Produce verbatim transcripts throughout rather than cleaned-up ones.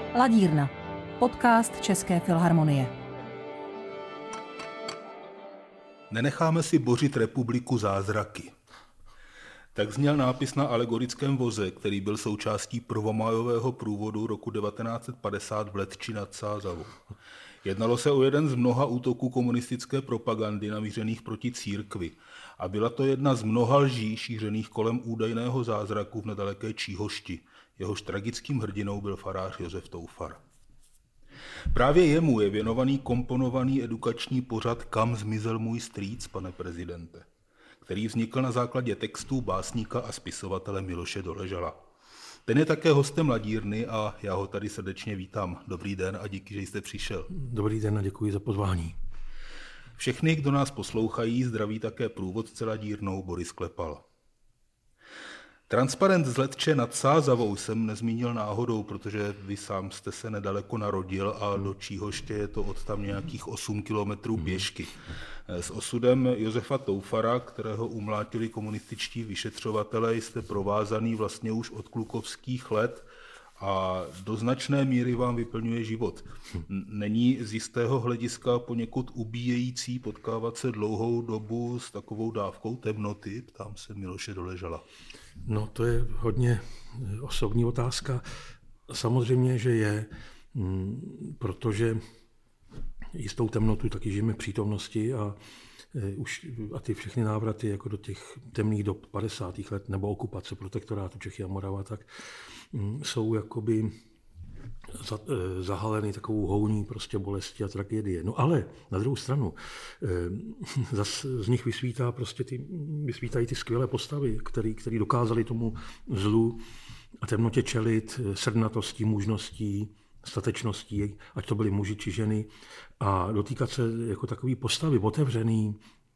Ladírna, podcast České filharmonie. Nenecháme si bořit republiku zázraky. Tak zněl nápis na alegorickém voze, který byl součástí prvomájového průvodu roku devatenáct set padesát v Letči nad Sázavou. Jednalo se o jeden z mnoha útoků komunistické propagandy namířených proti církvi a byla to jedna z mnoha lží šířených kolem údajného zázraku v nedaleké Číhošti. Jehož tragickým hrdinou byl farář Josef Toufar. Právě jemu je věnovaný komponovaný edukační pořad Kam zmizel můj strýc, pane prezidente, který vznikl na základě textů básníka a spisovatele Miloše Doležala. Ten je také hostem Ladírny a já ho tady srdečně vítám. Dobrý den a díky, že jste přišel. Dobrý den a děkuji za pozvání. Všechny, kdo nás poslouchají, zdraví také průvodce Ladírnou Boris Klepal. Transparent z Letče nad Sázavou jsem nezmínil náhodou, protože vy sám jste se nedaleko narodil a do Číhoště je to od tam nějakých osm kilometrů pěšky. S osudem Josefa Toufara, kterého umlátili komunističtí vyšetřovatelé, jste provázaný vlastně už od klukovských let a do značné míry vám vyplňuje život. Není z jistého hlediska poněkud ubíjející potkávat se dlouhou dobu s takovou dávkou temnoty? Ptám se Miloše Doležala. No to je hodně osobní otázka. Samozřejmě, že je, protože jistou temnotu taky žijeme v přítomnosti a už a ty všechny návraty jako do těch temných dob padesátých let nebo okupace protektorátu Čechy a Morava, tak jsou jakoby zahaleny takovou houní prostě bolesti a tragédie. No ale na druhou stranu zas z nich vysvítá prostě ty, vysvítají ty skvělé postavy, který, který dokázali tomu zlu a temnotě čelit srdnatostí, mužností, statečností, ať to byli muži či ženy, a dotýkat se jako takový postavy, otevřený,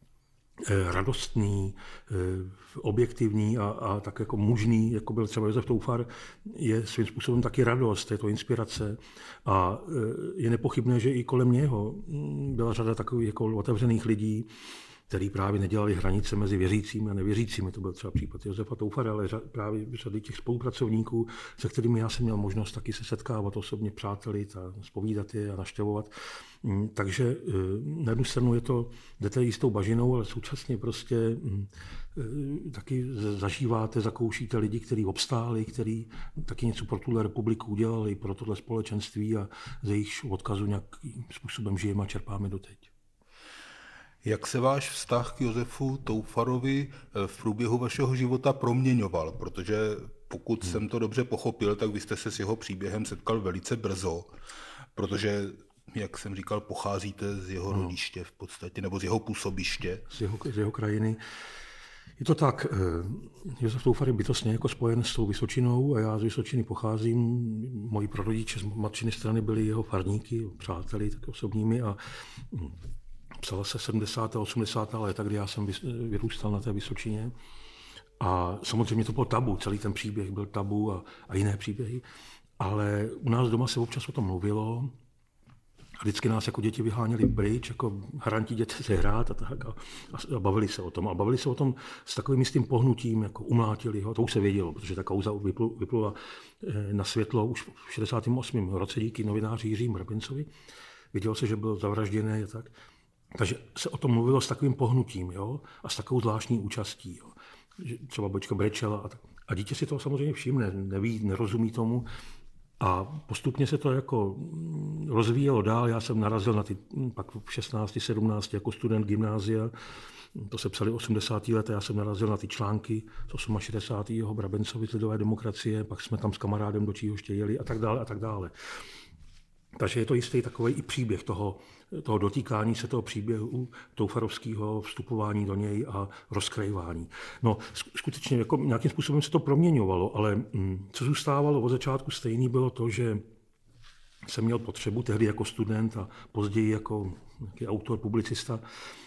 radostný, objektivní a, a tak jako mužný, jako byl třeba Josef Toufar, je svým způsobem taky radost, je to inspirace a je nepochybné, že i kolem něho byla řada takových jako otevřených lidí, který právě nedělali hranice mezi věřícími a nevěřícími. To byl třeba případ Josefa Toufara, ale právě řady těch spolupracovníků, se kterými já jsem měl možnost taky se setkávat osobně, přátelit a zpovídat je a navštěvovat. Takže na jednu stranu je to, jdete jistou bažinou, ale současně prostě taky zažíváte, zakoušíte lidi, kteří obstáli, kteří taky něco pro tuhle republiku udělali, pro tohle společenství a ze jejich odkazu nějakým způsobem žijeme a čerpáme doteď. Jak se váš vztah k Josefu Toufarovi v průběhu vašeho života proměňoval? Protože pokud hmm. jsem to dobře pochopil, tak vy jste se s jeho příběhem setkal velice brzo, protože, jak jsem říkal, pocházíte z jeho rodiště v podstatě, nebo z jeho působiště. Z jeho, z jeho krajiny. Je to tak, Josef Toufar je bytostně jako spojen s tou Vysočinou a já z Vysočiny pocházím. Moji prarodiče z matčiny strany byli jeho farníky, přáteli tak osobními a psala se sedmdesátá osmdesátá léta, kdy já jsem vyrůstal na té Vysočině. A samozřejmě to bylo tabu, celý ten příběh byl tabu a, a jiné příběhy. Ale u nás doma se občas o tom mluvilo. A vždycky nás jako děti vyháněli pryč, jako hranti děti se hrát a tak. A, a bavili se o tom. A bavili se o tom s takovým jistým pohnutím, jako umlátili ho. To už se vědělo, protože ta kauza vyplula na světlo už v šedesátém osmém roce díky novináři Jiřímu Hrbencovi. Vědělo se, že byl zavražděný a tak. Takže se o tom mluvilo s takovým pohnutím, jo? A s takovou zvláštní účastí. Jo? Že třeba babička brečela a tak. A dítě si to samozřejmě všimne, neví, nerozumí tomu. A postupně se to jako rozvíjelo dál. Já jsem narazil na ty pak v šestnácti, sedmnácti jako student gymnázia. To se psali osmdesátá let, já jsem narazil na ty články z šedesátého osmého Brabencovi z lidové demokracie, pak jsme tam s kamarádem do Číhoště jeli a tak dále a tak dále. Takže je to jistý takový i příběh toho, toho dotýkání se toho příběhu toufarovského, vstupování do něj a rozkrajování. No, skutečně jako nějakým způsobem se to proměňovalo, ale hm, co zůstávalo od začátku stejný, bylo to, že jsem měl potřebu tehdy jako student a později jako nějaký autor, publicista,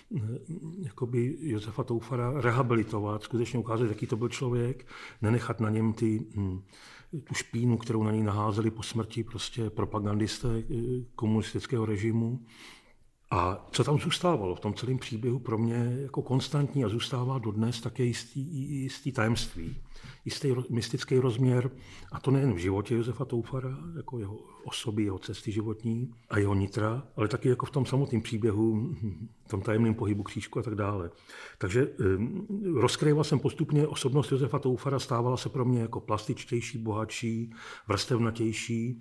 jakoby Josefa Toufara rehabilitovat, skutečně ukázat, jaký to byl člověk, nenechat na něm ty, tu špínu, kterou na něj naházeli po smrti prostě propagandisté komunistického režimu, A co tam zůstávalo v tom celém příběhu pro mě jako konstantní a zůstává dodnes, tak je jistý, jistý tajemství, jistý mystický rozměr, a to nejen v životě Josefa Toufara, jako jeho osoby, jeho cesty životní a jeho nitra, ale taky jako v tom samotném příběhu, v tom tajemném pohybu křížku a tak dále. Takže um, rozkryval jsem postupně osobnost Josefa Toufara, stávala se pro mě jako plastičtější, bohatší, vrstevnatější.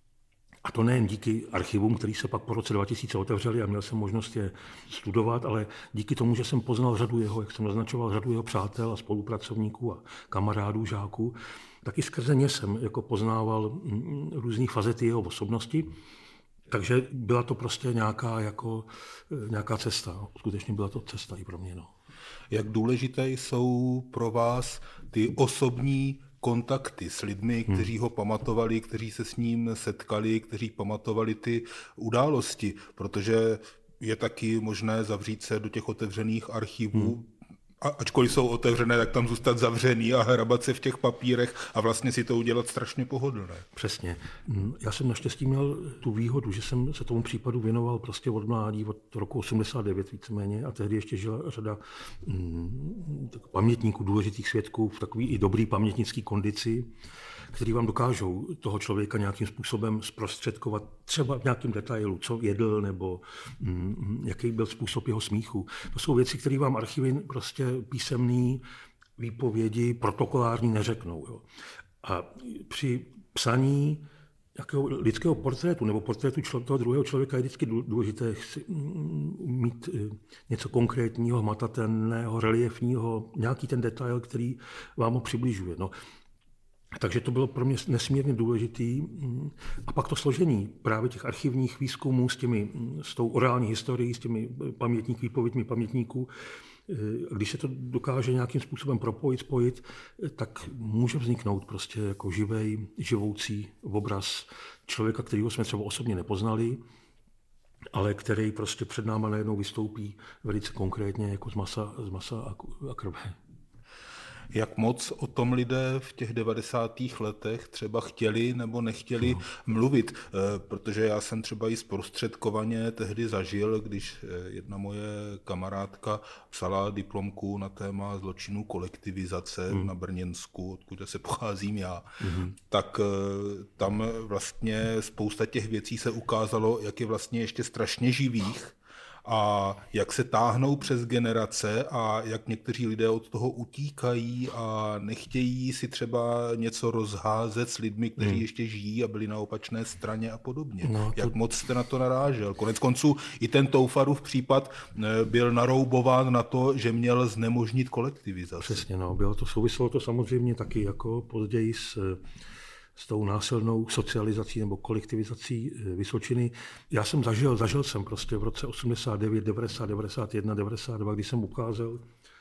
A to nejen díky archivům, který se pak po roce dva tisíce otevřeli a měl jsem možnost je studovat, ale díky tomu, že jsem poznal řadu jeho, jak jsem naznačoval, řadu jeho přátel a spolupracovníků a kamarádů, žáků, taky skrze ně jsem jako poznával různý fazety jeho osobnosti. Takže byla to prostě nějaká, jako, nějaká cesta. Skutečně byla to cesta i pro mě. No. Jak důležité jsou pro vás ty osobní kontakty s lidmi, kteří ho pamatovali, kteří se s ním setkali, kteří pamatovali ty události, protože je taky možné zavřít se do těch otevřených archivů, hmm. a ačkoliv jsou otevřené, tak tam zůstat zavřený a hrabat se v těch papírech a vlastně si to udělat strašně pohodlné. Přesně. Já jsem naštěstí měl tu výhodu, že jsem se tomu případu věnoval prostě od mládí, od roku osmdesát devět víceméně, a tehdy ještě žila řada mm, pamětníků, důležitých svědků v takový i dobrý pamětnický kondici, který vám dokážou toho člověka nějakým způsobem zprostředkovat, třeba v nějakém detailu, co jedl, nebo mm, jaký byl způsob jeho smíchu. To jsou věci, které vám archivy prostě písemný, výpovědi, protokolární neřeknou. Jo. A při psaní jakého lidského portrétu nebo portrétu člo- toho druhého člověka je vždycky důležité mít něco konkrétního, hmatatelného, reliefního, nějaký ten detail, který vám ho přibližuje. No. Takže to bylo pro mě nesmírně důležitý. A pak to složení právě těch archivních výzkumů s, těmi, s tou orální historií, s těmi pamětníky, výpověďmi pamětníků, když se to dokáže nějakým způsobem propojit, spojit, tak může vzniknout prostě jako živej, živoucí obraz člověka, kterého jsme třeba osobně nepoznali, ale který prostě před náma najednou vystoupí velice konkrétně jako z masa, z masa a krve. Jak moc o tom lidé v těch devadesátých letech třeba chtěli nebo nechtěli no. mluvit, protože já jsem třeba i zprostředkovaně tehdy zažil, když jedna moje kamarádka psala diplomku na téma zločinů kolektivizace mm. na Brněnsku, odkud se pocházím já, mm. tak tam vlastně spousta těch věcí se ukázalo, jak je vlastně ještě strašně živých, a jak se táhnou přes generace a jak někteří lidé od toho utíkají a nechtějí si třeba něco rozházet s lidmi, kteří hmm. ještě žijí a byli na opačné straně a podobně. No, to... Jak moc jste na to narážel? Konec konců i ten Toufarův případ byl naroubován na to, že měl znemožnit kolektivizaci. Přesně, no, bylo to, souviselo to samozřejmě taky jako později s s tou násilnou socializací nebo kolektivizací Vysočiny. Já jsem zažil, zažil jsem prostě v roce osmdesát devět, devadesát, devadesát jedna, devadesát dva, kdy jsem ukázal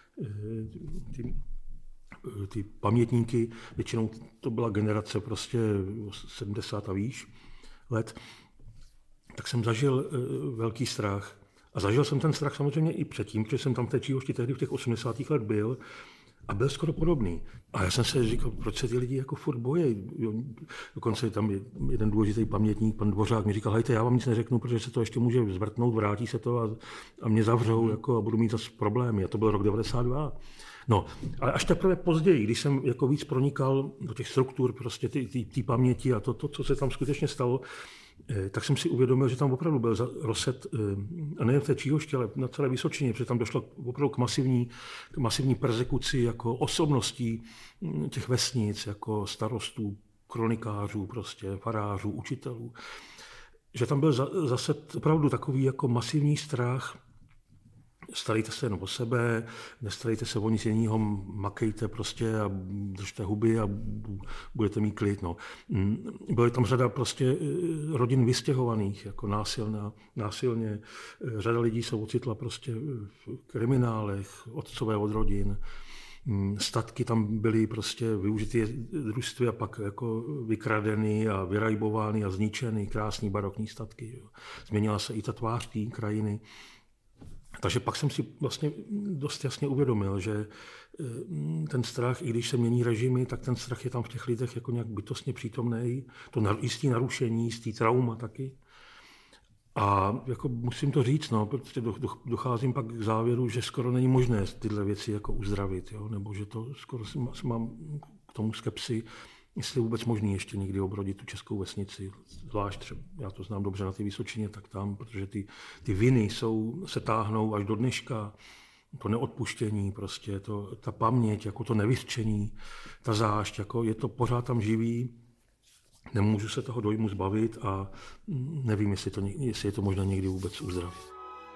ty, ty pamětníky, většinou to byla generace prostě sedmdesát a výš let, tak jsem zažil velký strach. A zažil jsem ten strach samozřejmě i předtím, protože jsem tam v té Číhošti tehdy v těch osmdesátých let byl, a byl skoro podobný. A já jsem se říkal, proč se ty lidi jako furt bojí. Dokonce tam jeden důležitý pamětník, pan Dvořák, mi říkal, hejte, já vám nic neřeknu, protože se to ještě může zvrtnout, vrátí se to a, a mě zavřou jako, a budu mít zase problémy. A to byl rok devadesát dva. No, ale až teprve později, když jsem jako víc pronikal do těch struktur, prostě té paměti a to, to, co se tam skutečně stalo, tak jsem si uvědomil, že tam opravdu byl rozset, a nejen v té Číhošti, ale na celé Vysočině, protože tam došlo opravdu k masivní, k masivní persekuci jako osobností těch vesnic, jako starostů, kronikářů, prostě, farářů, učitelů. Že tam byl zase opravdu takový jako masivní strach. Starejte se jen o sebe, nestarejte se o nic jiného, makejte prostě a držte huby a budete mít klid. No. Byly tam řada prostě rodin vystěhovaných, jako násilná, násilně. Řada lidí se ocitla prostě v kriminálech, otcové od rodin. Statky tam byly prostě využity družství a pak jako vykradeny a vyrajbovány a zničeny, krásný barokní statky. Jo. Změnila se i ta tvář té krajiny. Takže pak jsem si vlastně dost jasně uvědomil, že ten strach, i když se mění režimy, tak ten strach je tam v těch lidech jako nějak bytostně přítomný, to jistý narušení, jistý trauma taky. A jako musím to říct, no, protože docházím pak k závěru, že skoro není možné tyhle věci jako uzdravit, jo? Nebo že to skoro mám k tomu skepsi, jestli je vůbec možný ještě někdy obrodit tu českou vesnici, zvlášť třeba, já to znám dobře na té Vysočině, tak tam, protože ty, ty viny jsou, se táhnou až do dneška, to neodpuštění, prostě to, ta paměť, jako to nevyřčení, ta zášť, jako je to pořád tam živý, nemůžu se toho dojmu zbavit a nevím, jestli, to, jestli je to možné někdy vůbec uzdravit.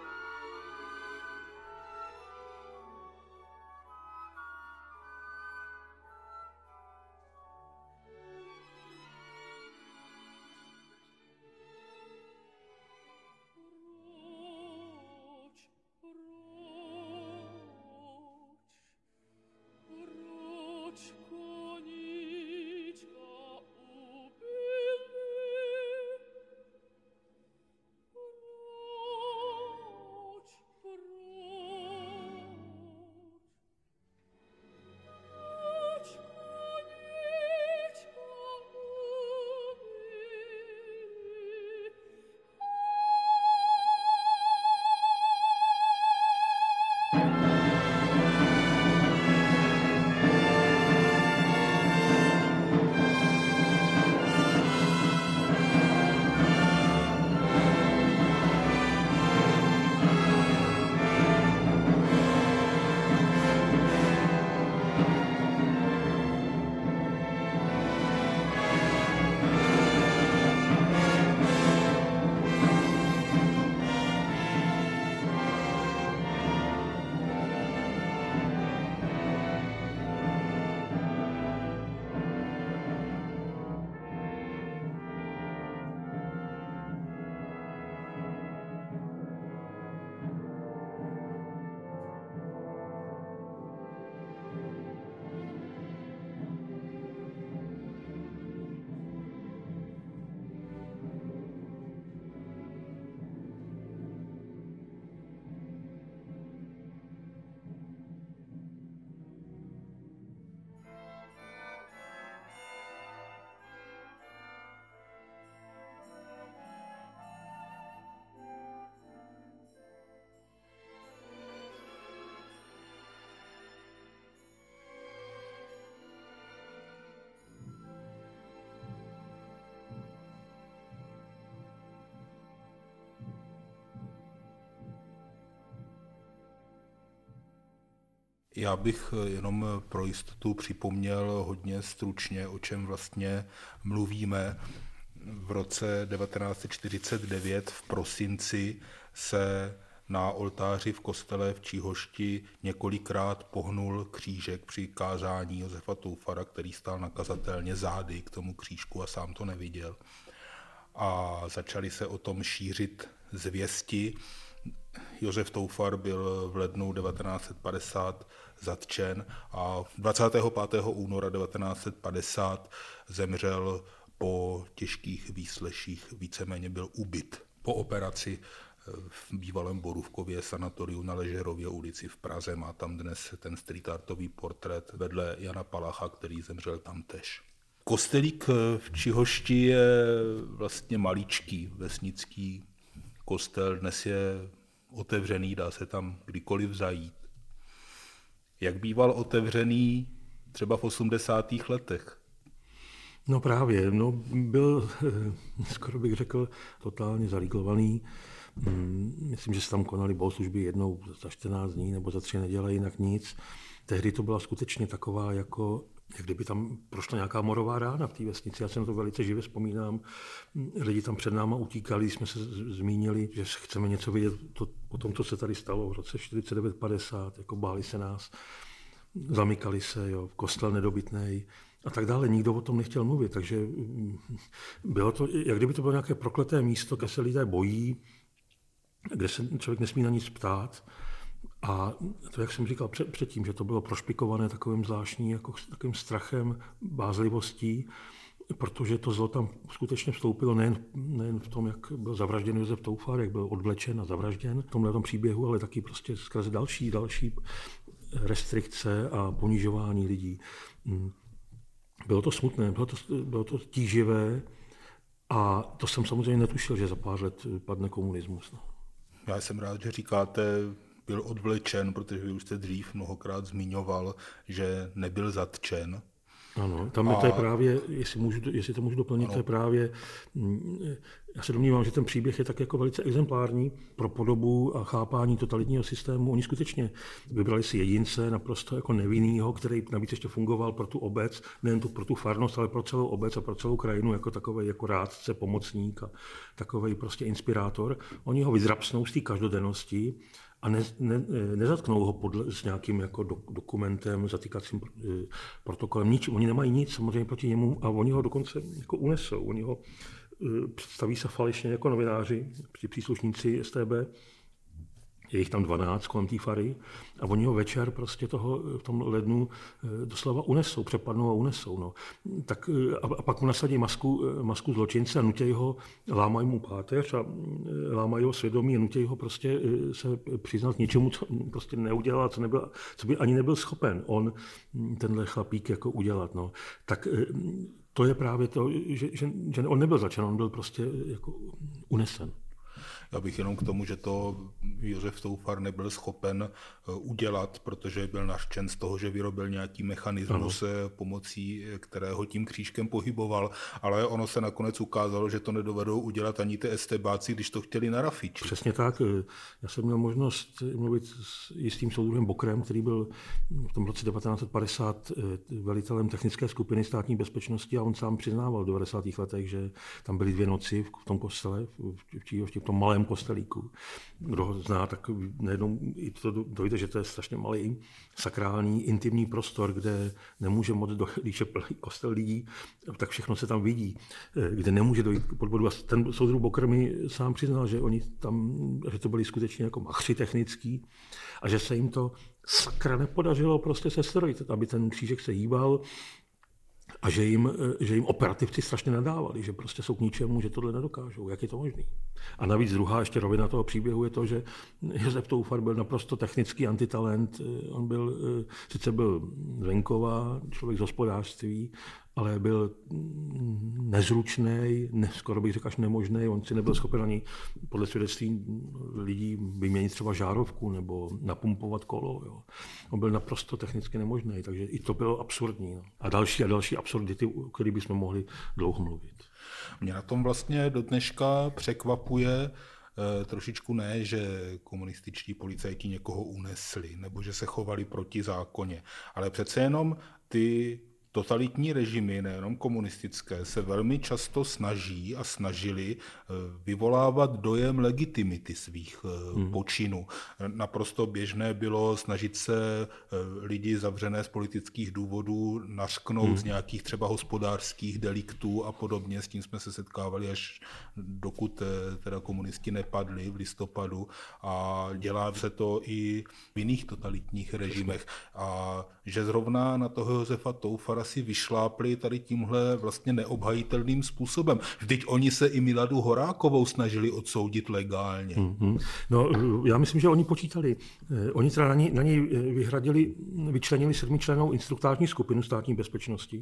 Já bych jenom pro jistotu připomněl hodně stručně, o čem vlastně mluvíme. V roce devatenáct set čtyřicet devět v prosinci se na oltáři v kostele v Číhošti několikrát pohnul křížek při kázání Josefa Toufara, který stál nakazatelně zády k tomu křížku a sám to neviděl. A začali se o tom šířit zvěsti. Josef Toufar byl v lednu devatenáct set padesát zatčen a dvacátého pátého února devatenáct set padesát zemřel po těžkých výsleších, víceméně byl ubyt po operaci v bývalém Borůvkově sanatoriu na Ležerově ulici v Praze. Má tam dnes ten street artový portrét vedle Jana Palacha, který zemřel tamtéž. Kostelík v Čihošti je vlastně maličký vesnický kostel, dnes je otevřený, dá se tam kdykoliv zajít. Jak býval otevřený třeba v osmdesátých letech? No právě, no byl, skoro bych řekl, totálně zariglovaný. Myslím, že se tam konaly bohoslužby jednou za čtrnáct dní nebo za tři neděle, jinak nic. Tehdy to byla skutečně taková, jako, jak kdyby tam prošla nějaká morová rána v té vesnici. Já se na to velice živě vzpomínám. Lidi tam před náma utíkali, jsme se zmínili, že chceme něco vědět to, o tom, co se tady stalo v roce čtyřicet devět padesát, jako báli se nás, zamykali se, jo, kostel nedobytnej a tak dále. Nikdo o tom nechtěl mluvit, takže bylo to, jak kdyby to bylo nějaké prokleté místo, kde se lidé bojí, kde se člověk nesmí na nic ptát. A to, jak jsem říkal před, předtím, že to bylo prošpikované takovým zvláštním jako, takovým strachem, bázlivostí, protože to zlo tam skutečně vstoupilo nejen, nejen v tom, jak byl zavražděn Josef Toufar, jak byl odvlečen a zavražděn v tomhle příběhu, ale taky prostě skrze další, další restrikce a ponižování lidí. Bylo to smutné, bylo to, bylo to tíživé A to jsem samozřejmě netušil, že za pár let padne komunismus. No. Já jsem rád, že říkáte, byl odvlečen, protože vy už jste dřív mnohokrát zmiňoval, že nebyl zatčen. Ano, tam a... to je právě, jestli, můžu, jestli to můžu doplnit, ano. To je právě, já se domnívám, že ten příběh je tak jako velice exemplární pro podobu a chápání totalitního systému. Oni skutečně vybrali si jedince naprosto jako nevinnýho, který navíc ještě fungoval pro tu obec, nejen tu, pro tu farnost, ale pro celou obec a pro celou krajinu jako takovej jako rádce, pomocník a takovej prostě inspirátor. Oni ho vyzrapsnou z té každodennosti a ne, ne, nezatknou ho podle, s nějakým jako do, dokumentem, zatýkacím protokolem, nič. Oni nemají nic samozřejmě proti němu a oni ho dokonce jako unesou. Oni ho představí se falešně jako novináři, příslušníci S T B, je jich tam dvanáct kolem té fary a oni ho večer prostě toho v tom lednu doslova unesou, přepadnou a unesou. No. Tak, a, a pak mu nasadí masku, masku zločince a nutějí ho, lámají mu páteř a lámají ho svědomí a nutějí ho prostě se přiznat něčemu, co prostě neudělal, co, nebyl, co by ani nebyl schopen on, tenhle chlapík, jako udělat. No. Tak to je právě to, že, že, že on nebyl začen, on byl prostě jako unesen. Já bych jenom k tomu, že to Josef Toufar nebyl schopen udělat, protože byl nařčen z toho, že vyrobil nějaký mechanismus, ano. pomocí kterého tím křížkem pohyboval, ale ono se nakonec ukázalo, že to nedovedou udělat ani ty estebáci, když to chtěli na Rafiči. Přesně tak. Já jsem měl možnost mluvit s jistým soudruhem Bokrem, který byl v tom roce devatenáct set padesát velitelem technické skupiny státní bezpečnosti a on sám přiznával v devadesátých letech, že tam byly dvě noci v tom kostele, v Číhošti, v tom malém kostelíku. Kdo ho zná, tak najednou i to dojde, že to je strašně malý sakrální, intimní prostor, kde nemůže moc dojít, když je plný kostel lidí, tak všechno se tam vidí, kde nemůže dojít k podvodu. A ten soudruh Bokr mi sám přiznal, že oni tam, že to byli skutečně jako machři technický a že se jim to sakra nepodařilo prostě sestrojit, aby ten křížek se hýbal, a že jim, že jim operativci strašně nadávali, že prostě jsou k ničemu, že tohle nedokážou. Jak je to možný? A navíc druhá ještě rovina toho příběhu je to, že Josef Toufar byl naprosto technický antitalent. On byl, sice byl z venkova, člověk z hospodářství, ale byl nezručný, ne, skoro bych řekl až nemožný. On si nebyl schopen ani podle svědectví lidí vyměnit třeba žárovku nebo napumpovat kolo. Jo. On byl naprosto technicky nemožný, takže i to bylo absurdní. No. A další a další absurdity, o kterých bychom mohli dlouho mluvit. Mě na tom vlastně do dneška překvapuje eh, trošičku ne, že komunističtí policajti někoho unesli nebo že se chovali proti zákoně, ale přece jenom ty totalitní režimy, nejenom komunistické, se velmi často snaží a snažili vyvolávat dojem legitimity svých hmm. počinů. Naprosto běžné bylo snažit se lidi zavřené z politických důvodů nařknout hmm. z nějakých třeba hospodářských deliktů a podobně. S tím jsme se setkávali, až dokud teda komunisti nepadli v listopadu a dělá se to i v jiných totalitních režimech. A že zrovna na toho Josefa Toufara si vyšlápli tady tímhle vlastně neobhajitelným způsobem. Vždyť oni se i Miladu Horákovou snažili odsoudit legálně. Mm-hmm. No, já myslím, že oni počítali. Oni teda na ní, na ní vyhradili, vyčlenili sedmičlennou instruktážní skupinu státní bezpečnosti.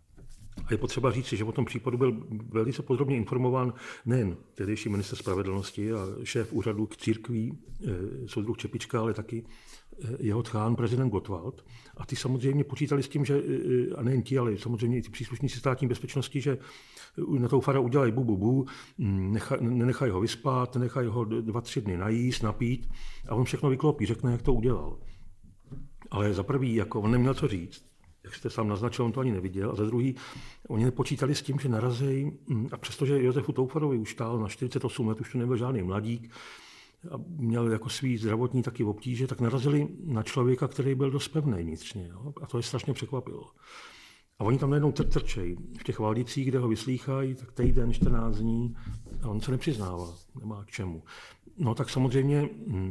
A je potřeba říci, že o tom případu byl velice podrobně informován nejen tehdejší ministr spravedlnosti a šéf úřadu k církví, soudruh Čepička, ale taky jeho tchán, prezident Gottwald. A ty samozřejmě počítali s tím, že, a nejen ti, ale samozřejmě i ty příslušníci státní bezpečnosti, že na Toufara udělají bu, bu, bu, nechaj, nenechají ho vyspat, nenechají ho dva, tři dny najíst, napít a on všechno vyklopí, řekne, jak to udělal. Ale za prvý, jako on neměl co říct, jak jste sám naznačil, on to ani neviděl, a za druhý, oni nepočítali s tím, že narazí, a přestože Josefu Toufarovi už stál na čtyřicet osm let, už to nebyl žádný mladík, a měl jako svý zdravotní taky obtíže, tak narazili na člověka, který byl dost pevný vnitřně. Jo? A to je strašně překvapilo. A oni tam najednou trčejí. V těch Valdicích, kde ho vyslýchají, tak týden, čtrnáct dní, a on se nepřiznává, nemá k čemu. No tak samozřejmě hm,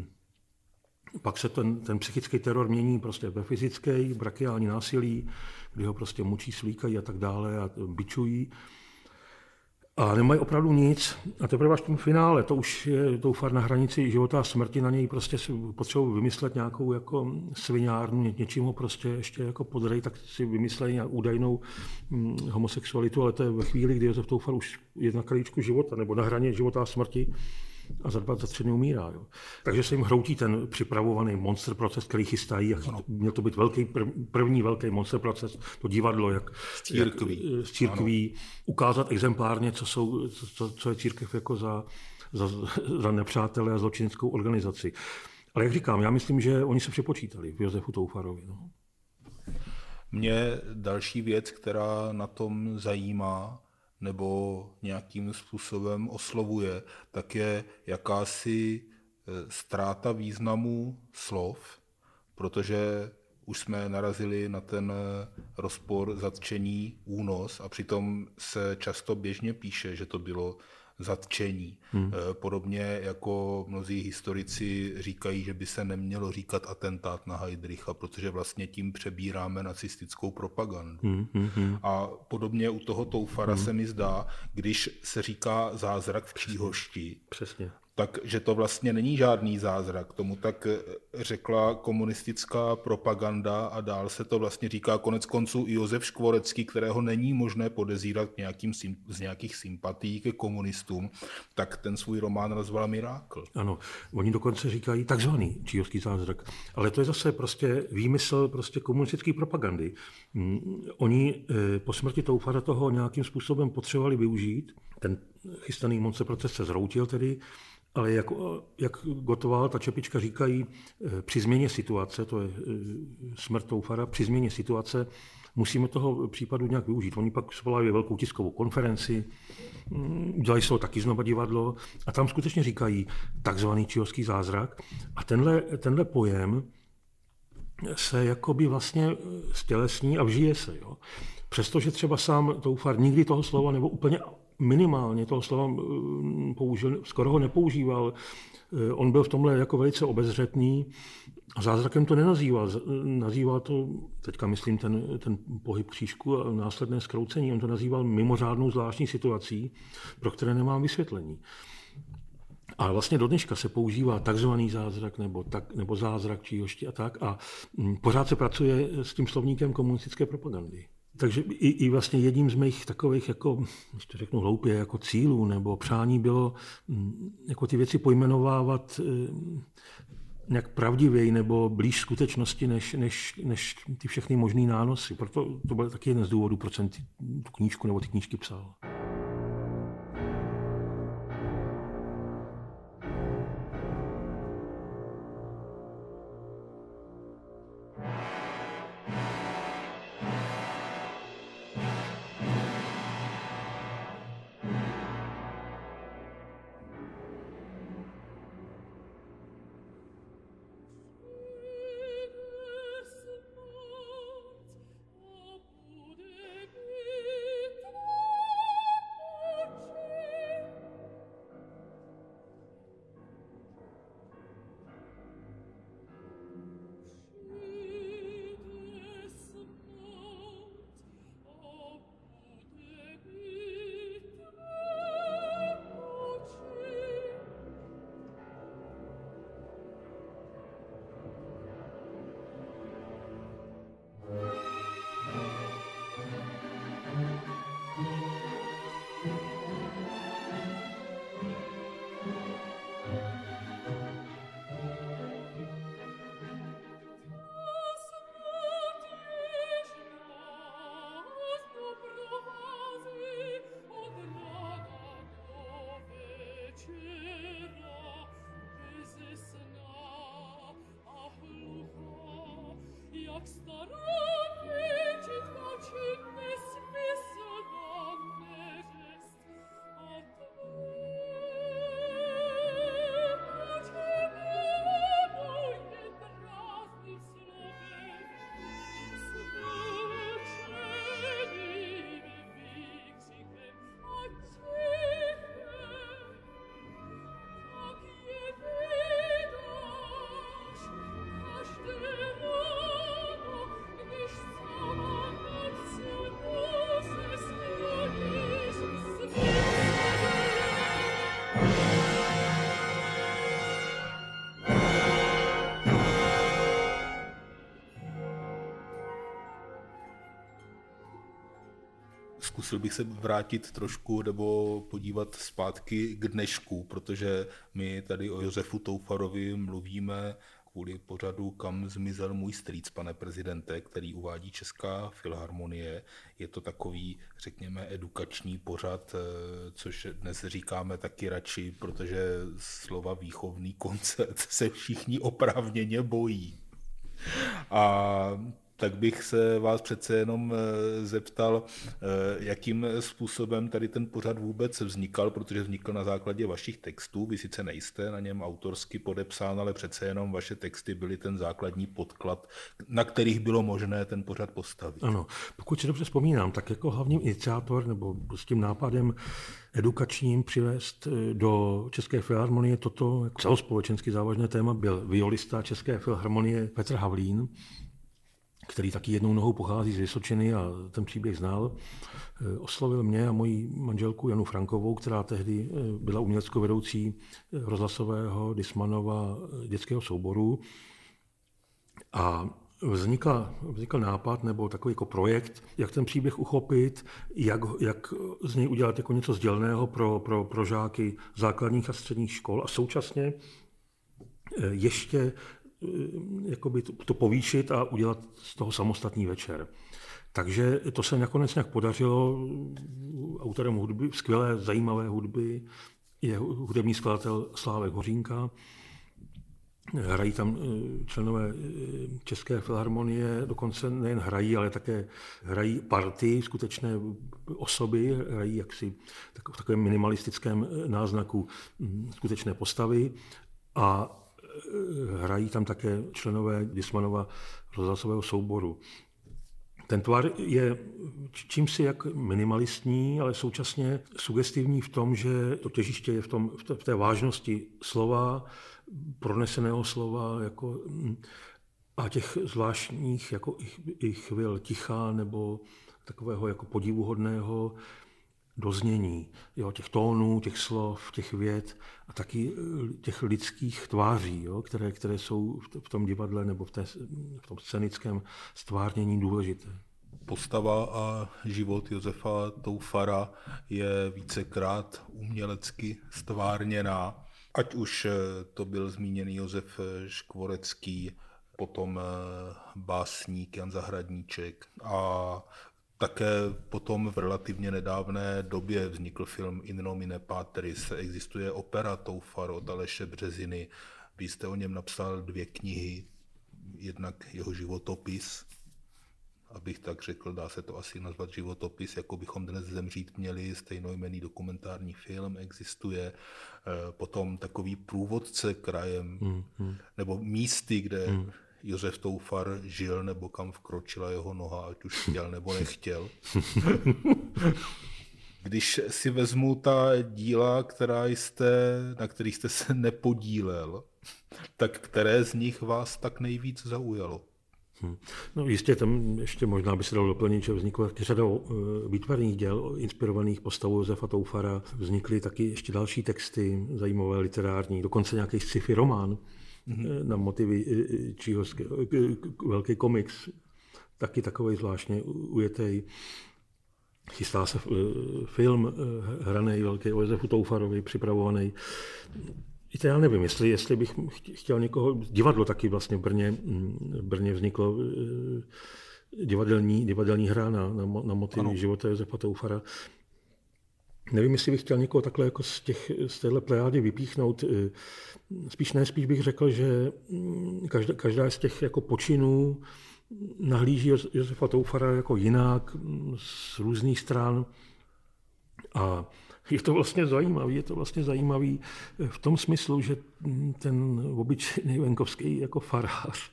pak se ten, ten psychický teror mění prostě ve fyzický, brachiální násilí, kdy ho prostě mučí, slíkají a tak dále a bičují. A nemají opravdu nic. A teprve až v tom finále, to už je Toufar na hranici života a smrti, na něj prostě si potřebují vymyslet nějakou jako sviňárnu, ně, něčím ho prostě ještě jako podrej, tak si vymyslejí nějakou údajnou hm, homosexualitu, ale to je ve chvíli, kdy Josef Toufar už je na krajíčku života, nebo na hraně života a smrti a za dva, za tři umírá. Jo. Takže se jim hroutí ten připravovaný monster proces, který chystají. A chyt, měl to být velký, prv, první velký monster proces, to divadlo, jak z církví, jak, z církví ukázat exemplárně, co, jsou, co, co je církev jako za, za, za nepřátele a zločineckou organizaci. Ale jak říkám, já myslím, že oni se přepočítali v Josefu Toufarovi. No. Mě další věc, která na tom zajímá, nebo nějakým způsobem oslovuje, tak je jakási ztráta významu slov, protože už jsme narazili na ten rozpor zatčení, únos a přitom se často běžně píše, že to bylo zatčení. Hmm. Podobně jako mnozí historici říkají, že by se nemělo říkat atentát na Heydricha, protože vlastně tím přebíráme nacistickou propagandu. Hmm, hmm, hmm. A podobně u toho Toufara hmm. se mi zdá, když se říká zázrak v Číhošti, Přesně. takže to vlastně není žádný zázrak. Tomu tak řekla komunistická propaganda a dál se to vlastně říká konec konců i Josef Škvorecký, kterého není možné podezírat nějakým, z nějakých sympatií ke komunistům, tak ten svůj román nazval Mirákl. Ano, oni dokonce říkají takzvaný číhovský zázrak, ale to je zase prostě výmysl prostě komunistické propagandy. Oni po smrti Toufara toho nějakým způsobem potřebovali využít, ten chystaný monster proces se zroutil tedy, ale jak, jak Gotová, ta Čepička říkají, při změně situace, to je smrt Toufara, při změně situace musíme toho případu nějak využít. Oni pak svolají velkou tiskovou konferenci, udělají se taky znova divadlo a tam skutečně říkají takzvaný číhovský zázrak. A tenhle, tenhle pojem se jakoby vlastně stělesní a vžije se. Jo. Přestože třeba sám Toufar nikdy toho slova nebo úplně minimálně toho slova použil, skoro ho nepoužíval. On byl v tomhle jako velice obezřetný a zázrakem to nenazýval. Nazýval to, teďka myslím ten, ten pohyb křížku a následné zkroucení, on to nazýval mimořádnou zvláštní situací, pro které nemám vysvětlení. A vlastně do dneška se používá takzvaný zázrak nebo, tak, nebo zázrak Číhošti a tak a pořád se pracuje s tím slovníkem komunistické propagandy. Takže i, i vlastně jedním z mých takových, jako, když to řeknu hloupě, jako cílů nebo přání bylo jako ty věci pojmenovávat nějak pravdivěji nebo blíž skutečnosti, než, než, než ty všechny možný nánosy. Proto to byl taky jeden z důvodů, proč jsem ty, tu knížku nebo ty knížky psal. Zkusil bych se vrátit trošku nebo podívat zpátky k dnešku, protože my tady o Josefu Toufarovi mluvíme kvůli pořadu Kam zmizel můj strýc, pane prezidente, který uvádí Česká filharmonie. Je to takový, řekněme, edukační pořad, což dnes říkáme taky radši, protože slova výchovný koncept se všichni oprávněně bojí. A tak bych se vás přece jenom zeptal, jakým způsobem tady ten pořad vůbec vznikal, protože vznikl na základě vašich textů. Vy sice nejste na něm autorsky podepsán, ale přece jenom vaše texty byly ten základní podklad, na kterých bylo možné ten pořad postavit. Ano, pokud si dobře vzpomínám, tak jako hlavním iniciátor nebo s tím nápadem edukačním přivést do České filharmonie toto jako celospolečensky závažné téma byl violista České filharmonie Petr Havlín, který taky jednou nohou pochází z Vysočiny a ten příběh znal. Oslovil mě a moji manželku Janu Frankovou, která tehdy byla uměleckou vedoucí rozhlasového Dismanova dětského souboru. A vznikla, vznikl nápad nebo takový jako projekt, jak ten příběh uchopit, jak, jak z něj udělat jako něco sdělného pro, pro, pro žáky základních a středních škol a současně ještě jakoby to, to povýšit a udělat z toho samostatný večer. Takže to se nakonec nějak podařilo. Autorem hudby, skvělé, zajímavé hudby je hudební skladatel Slávek Hořínka. Hrají tam členové České filharmonie, dokonce nejen hrají, ale také hrají party, skutečné osoby, hrají jaksi v takovém minimalistickém náznaku skutečné postavy a hrají tam také členové Dismanova rozhlasového souboru. Ten tvar je čímsi jak minimalistní, ale současně sugestivní v tom, že to těžiště je v, tom, v té vážnosti slova, proneseného slova jako, a těch zvláštních jako i, i chvil ticha nebo takového jako podivuhodného doznění, jo, těch tónů, těch slov, těch vět a taky těch lidských tváří, jo, které, které jsou v tom divadle nebo v, té, v tom scénickém stvárnění důležité. Postava a život Josefa Toufara je vícekrát umělecky stvárněná. Ať už to byl zmíněný Josef Škvorecký, potom básník Jan Zahradníček a také potom v relativně nedávné době vznikl film In nomine Patris, existuje opera Toufar od Aleše Březiny. Vy jste o něm napsal dvě knihy, jednak jeho životopis, abych tak řekl, dá se to asi nazvat životopis, jako bychom dnes zemřít měli, stejnojmenný dokumentární film existuje, potom takový průvodce krajem, mm, mm. nebo místy, kde mm. Josef Toufar žil, nebo kam vkročila jeho noha, ať už chtěl nebo nechtěl. Když si vezmu ta díla, která jste, na kterých jste se nepodílel, tak které z nich vás tak nejvíc zaujalo? Hmm. No jistě, tam ještě možná by se dalo doplnit, že vznikla řada výtvarných děl inspirovaných postavou Josefa Toufara. Vznikly taky ještě další texty, zajímavé literární, dokonce nějaký sci-fi román mm-hmm. na motivy číhovského, velký komiks, taky takovej zvláštně ujetej. Chystá se film hraný velký o Josefu Toufarovi, připravovaný. Víte, já nevím, jestli, jestli bych chtěl někoho... Divadlo taky vlastně v Brně, v Brně vzniklo divadelní, divadelní hra na, na, na motivy ano. života Josefa Toufara. Nevím, jestli bych chtěl někoho takhle jako z, těch, z téhle plejády vypíchnout. Spíš ne, spíš bych řekl, že každá, každá z těch jako počinů nahlíží Josefa Toufara jako jinak, z různých stran. A je to vlastně zajímavý, je to vlastně zajímavý v tom smyslu, že ten obyčejný venkovský jako farář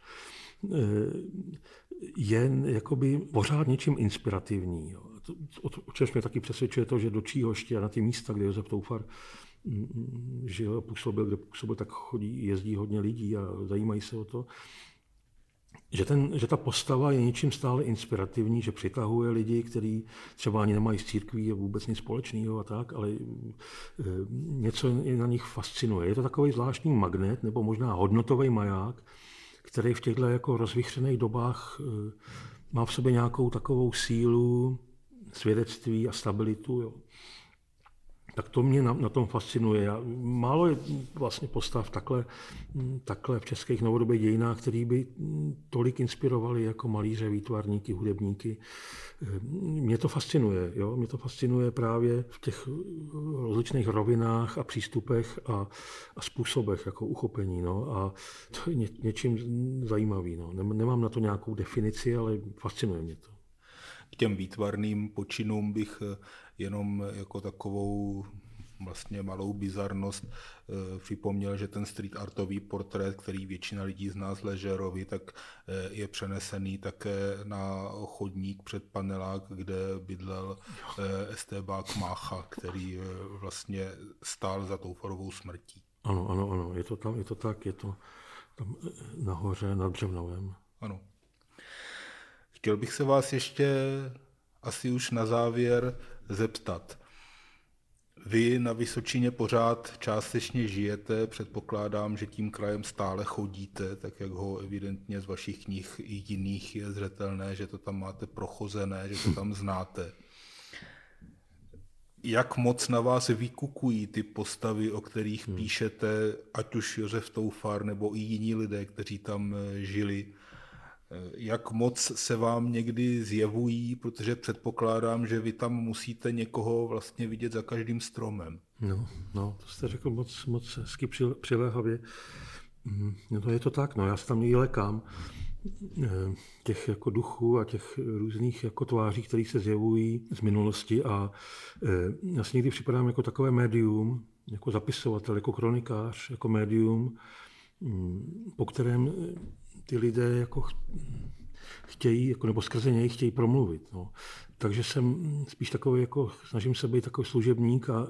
je jakoby pořád něčím inspirativní. Jo. O čem mě taky přesvědčuje to, že do Číhoště a na ty místa, kde Josef Toufar žil a působil, kde působil, tak chodí, jezdí hodně lidí a zajímají se o to. Že, ten, že ta postava je něčím stále inspirativní, že přitahuje lidi, kteří třeba ani nemají z církví a vůbec nic společného a tak, ale něco na nich fascinuje. Je to takový zvláštní magnet nebo možná hodnotový maják, který v těchto jako rozvichřených dobách má v sobě nějakou takovou sílu, svědectví a stabilitu. Jo. Tak to mě na, na tom fascinuje. Já, málo je vlastně postav takhle, takhle v českých novodobých dějinách, který by tolik inspirovali jako malíře, výtvarníky, hudebníky. Mě to fascinuje. Jo? Mě to fascinuje právě v těch rozličných rovinách a přístupech a, a způsobech jako uchopení. No? A to je ně, něčím zajímavý. No? Nemám na to nějakou definici, ale fascinuje mě to. K těm výtvarným počinům bych jenom jako takovou vlastně malou bizarnost připomněl, že ten street artový portrét, který většina lidí zná z Ležerovy, tak je přenesený také na chodník před panelák, kde bydlel estébák Mácha, který vlastně stál za Toufarovou smrtí. Ano, ano, ano, je to tam, je to tak, je to tam nahoře nad Břevnovem. Ano. Chtěl bych se vás ještě asi už na závěr zeptat. Vy na Vysočině pořád částečně žijete, předpokládám, že tím krajem stále chodíte, tak jak ho evidentně z vašich knih i jiných je zřetelné, že to tam máte prochozené, že to tam znáte. Jak moc na vás vykukují ty postavy, o kterých hmm. píšete, ať už Josef Toufar nebo i jiní lidé, kteří tam žili? Jak moc se vám někdy zjevují, protože předpokládám, že vy tam musíte někoho vlastně vidět za každým stromem. No, no to jste řekl moc, moc hezky přiléhavě. No to je to tak, no já se tam i lekám těch jako duchů a těch různých jako tváří, které se zjevují z minulosti a já si někdy připadám jako takové médium, jako zapisovatel, jako kronikář, jako médium, po kterém ty lidé jako chtějí, jako, nebo skrze něj chtějí promluvit. No. Takže jsem spíš takový, jako, snažím se být takový služebník a,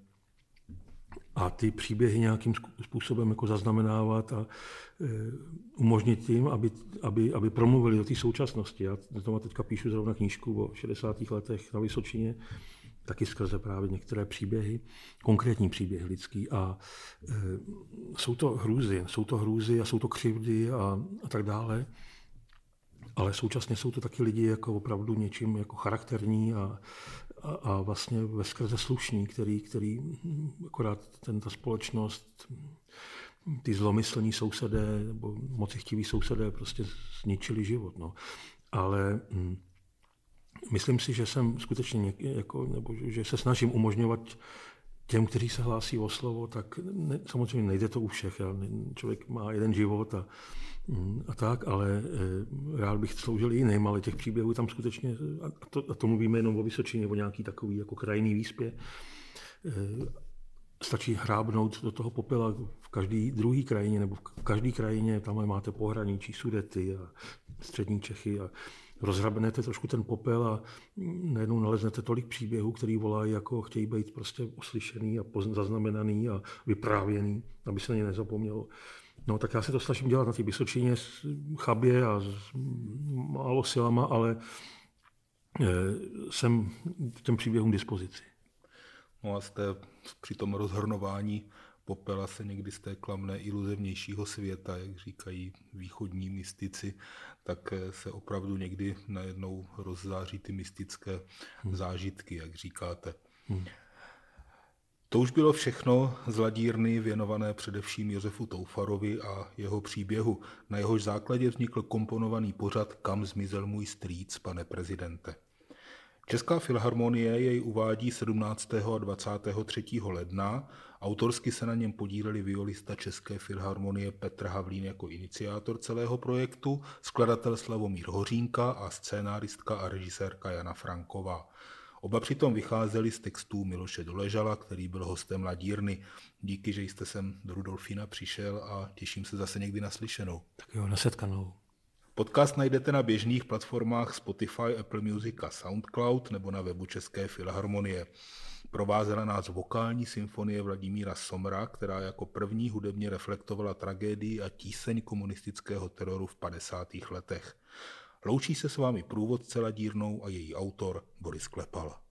a ty příběhy nějakým způsobem jako zaznamenávat a umožnit jim, aby, aby, aby promluvili do té současnosti. Já to teďka píšu zrovna knížku o šedesátých letech na Vysočině, taky skrze právě některé příběhy, konkrétní příběhy lidský. A e, jsou to hrůzy, jsou to hrůzy a jsou to křivdy a, a tak dále. Ale současně jsou to taky lidi jako opravdu něčím jako charakterní a, a, a vlastně veskrze slušní, který, který akorát ten, ta společnost, ty zlomyslní sousedé nebo mocichtiví sousedé prostě zničili život. No. Ale hm, myslím si, že jsem skutečně jako, nebo že se snažím umožňovat těm, kteří se hlásí o slovo, tak ne, samozřejmě nejde to u všech. Já, člověk má jeden život a, a tak, ale rád bych sloužil i jiným, ale těch příběhů tam skutečně, a to, a to mluvíme jenom o Vysočině, o nějaký takový jako krajinný výspě, stačí hrábnout do toho popela v každé druhé krajině, nebo v každé krajině, tam máte pohraničí, Sudety a střední Čechy a rozhrabenete trošku ten popel a najednou naleznete tolik příběhů, který volají, jako chtějí být prostě oslyšený a zaznamenaný a vyprávěný, aby se na ně nezapomnělo. No tak já se to snažím dělat na té Vysočině chabě a s málo silama, ale jsem těm příběhům k dispozici. No a jste při tom rozhrnování popela se někdy z té klamné iluze vnějšího světa, jak říkají východní mystici, tak se opravdu někdy najednou rozzáří ty mystické hmm. zážitky, jak říkáte. Hmm. To už bylo všechno z Ladírny věnované především Josefu Toufarovi a jeho příběhu. Na jehož základě vznikl komponovaný pořad Kam zmizel můj strýc, pane prezidente. Česká filharmonie jej uvádí sedmnáctého a dvacátého třetího ledna. Autorsky se na něm podíleli violista České filharmonie Petr Havlín jako iniciátor celého projektu, skladatel Slavomír Hořínka a scénáristka a režisérka Jana Franková. Oba přitom vycházeli z textů Miloše Doležala, který byl hostem Ladírny. Díky, že jste sem do Rudolfína přišel a těším se zase někdy naslyšenou. Tak jo, nasetkanou. Podcast najdete na běžných platformách Spotify, Apple Music a SoundCloud nebo na webu České filharmonie. Provázela nás vokální symfonie Vladimíra Somra, která jako první hudebně reflektovala tragédii a tíseň komunistického teroru v padesátých letech. Loučí se s vámi průvodce Ladírnou a její autor Boris Klepal.